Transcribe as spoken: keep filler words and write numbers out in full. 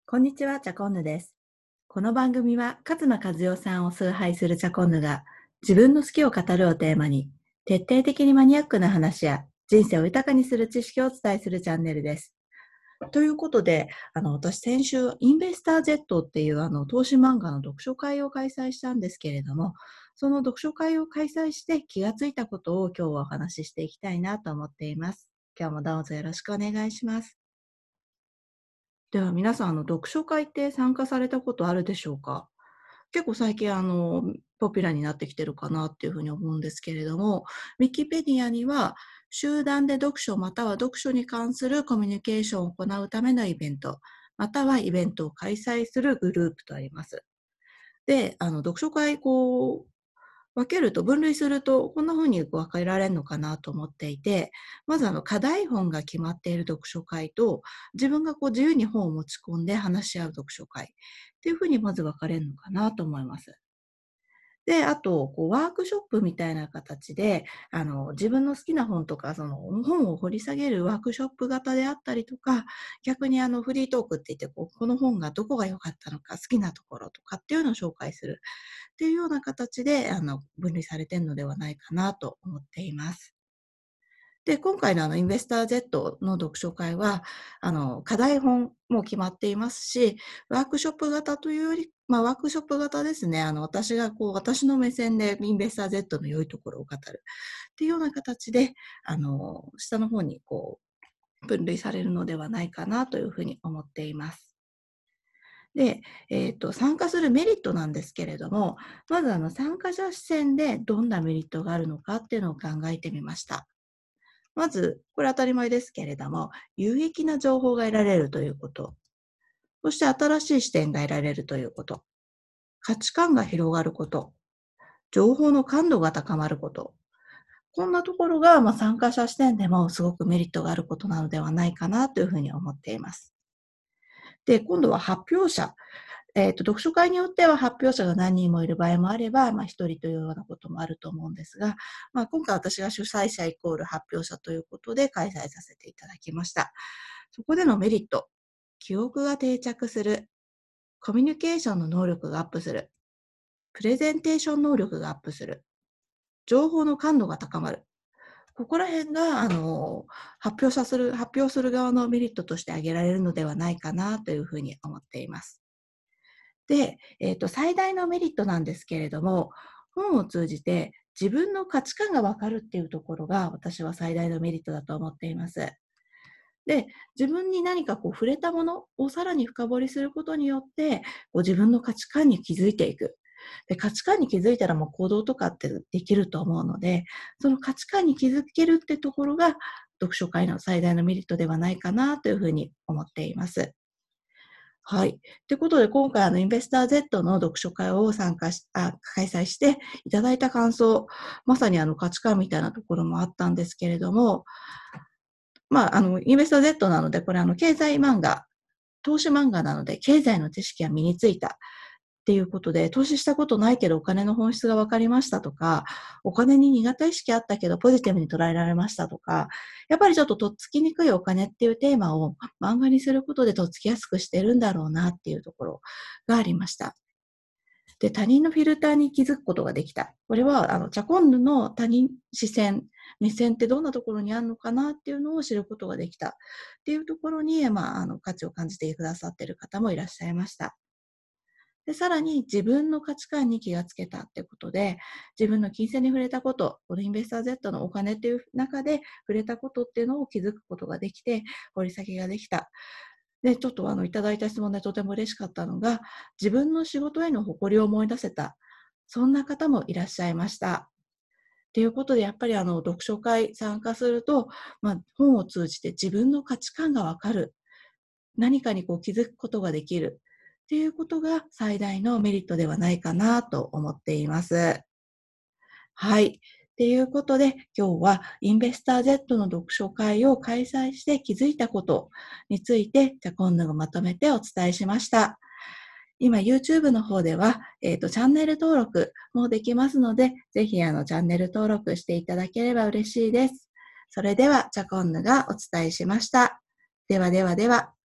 こんにちは、チャコンヌです。この番組は、勝間和代さんを崇拝するチャコンヌが、自分の好きを語るをテーマに、徹底的にマニアックな話や、人生を豊かにする知識をお伝えするチャンネルです。ということで、あの、私先週、インベスター Z っていうあの、投資漫画の読書会を開催したんですけれども、その読書会を開催して気がついたことを今日はお話ししていきたいなと思っています。今日もどうぞよろしくお願いします。では皆さん、あの、読書会って参加されたことあるでしょうか？結構最近、あの、ポピュラーになってきてるかなっていうふうに思うんですけれども、ウィキペディアには、集団で読書または読書に関するコミュニケーションを行うためのイベント、またはイベントを開催するグループとあります。で、あの、読書会、こう、分けると、分類すると、こんな風に分けられるのかなと思っていて、まずあの、課題本が決まっている読書会と、自分がこう自由に本を持ち込んで話し合う読書会っていう風にまず分かれるのかなと思います。で、あと、こうワークショップみたいな形で、あの、自分の好きな本とか、その本を掘り下げるワークショップ型であったりとか、逆にあの、フリートークって言って、こう、この本がどこが良かったのか、好きなところとかっていうのを紹介するっていうような形で、あの、分類されているのではないかなと思っています。で、今回のあの、インベスター Z の読書会は、あの、課題本も決まっていますし、ワークショップ型というより、まあ、ワークショップ型ですね。あの、私がこう、私の目線でインベスター Z の良いところを語るっていうような形で、あの、下の方にこう、分類されるのではないかなというふうに思っています。で、えっと、参加するメリットなんですけれども、まずあの、参加者視線でどんなメリットがあるのかっていうのを考えてみました。まず、これ当たり前ですけれども、有益な情報が得られるということ。そして新しい視点が得られるということ。価値観が広がること。情報の感度が高まること。こんなところが、まあ、参加者視点でもすごくメリットがあることなのではないかなというふうに思っています。で、今度は発表者。えっと、読書会によっては発表者が何人もいる場合もあれば、まあ、一人というようなこともあると思うんですが、まあ、今回私が主催者イコール発表者ということで開催させていただきました。そこでのメリット。記憶が定着する。コミュニケーションの能力がアップする。プレゼンテーション能力がアップする。情報の感度が高まる。ここら辺が、あの、発表者する、発表する側のメリットとして挙げられるのではないかなというふうに思っています。で、えっと、最大のメリットなんですけれども、本を通じて自分の価値観がわかるっていうところが私は最大のメリットだと思っています。で、自分に何かこう触れたものをさらに深掘りすることによって、こう自分の価値観に気づいていく。で、価値観に気づいたらもう行動とかってできると思うので、その価値観に気づけるってところが読書会の最大のメリットではないかなというふうに思っています。はい。ということで、今回、あの、インベスター Z の読書会を参加し、あ、開催していただいた感想、まさにあの、価値観みたいなところもあったんですけれども、まあ、あの、インベスター Z なので、これあの、経済漫画、投資漫画なので、経済の知識が身についたっていうことで、投資したことないけどお金の本質が分かりましたとか、お金に苦手意識あったけどポジティブに捉えられましたとか、やっぱりちょっととっつきにくいお金っていうテーマを漫画にすることでとっつきやすくしてるんだろうなっていうところがありました。で、他人のフィルターに気づくことができた。これは、あの、チャコンヌの他人視線、目線ってどんなところにあるのかなっていうのを知ることができたっていうところに、まあ、あの、価値を感じてくださっている方もいらっしゃいました。で、さらに自分の価値観に気がつけたってことで、自分の金銭に触れたこと、このインベスター Z のお金っていう中で触れたことっていうのを気づくことができて、掘り下げができた。で、ちょっとあの、いただいた質問でとても嬉しかったのが、自分の仕事への誇りを思い出せた。そんな方もいらっしゃいました。ということで、やっぱりあの、読書会参加すると、まあ、本を通じて自分の価値観がわかる。何かにこう気づくことができる。っていうことが最大のメリットではないかなと思っています。はい。ということで、今日はインベスター Z の読書会を開催して気づいたことについて、じゃ今度まとめてお伝えしました。今 YouTube の方では、えっと、チャンネル登録もできますので、ぜひあのチャンネル登録していただければ嬉しいです。それでは、チャコンヌがお伝えしました。ではではでは。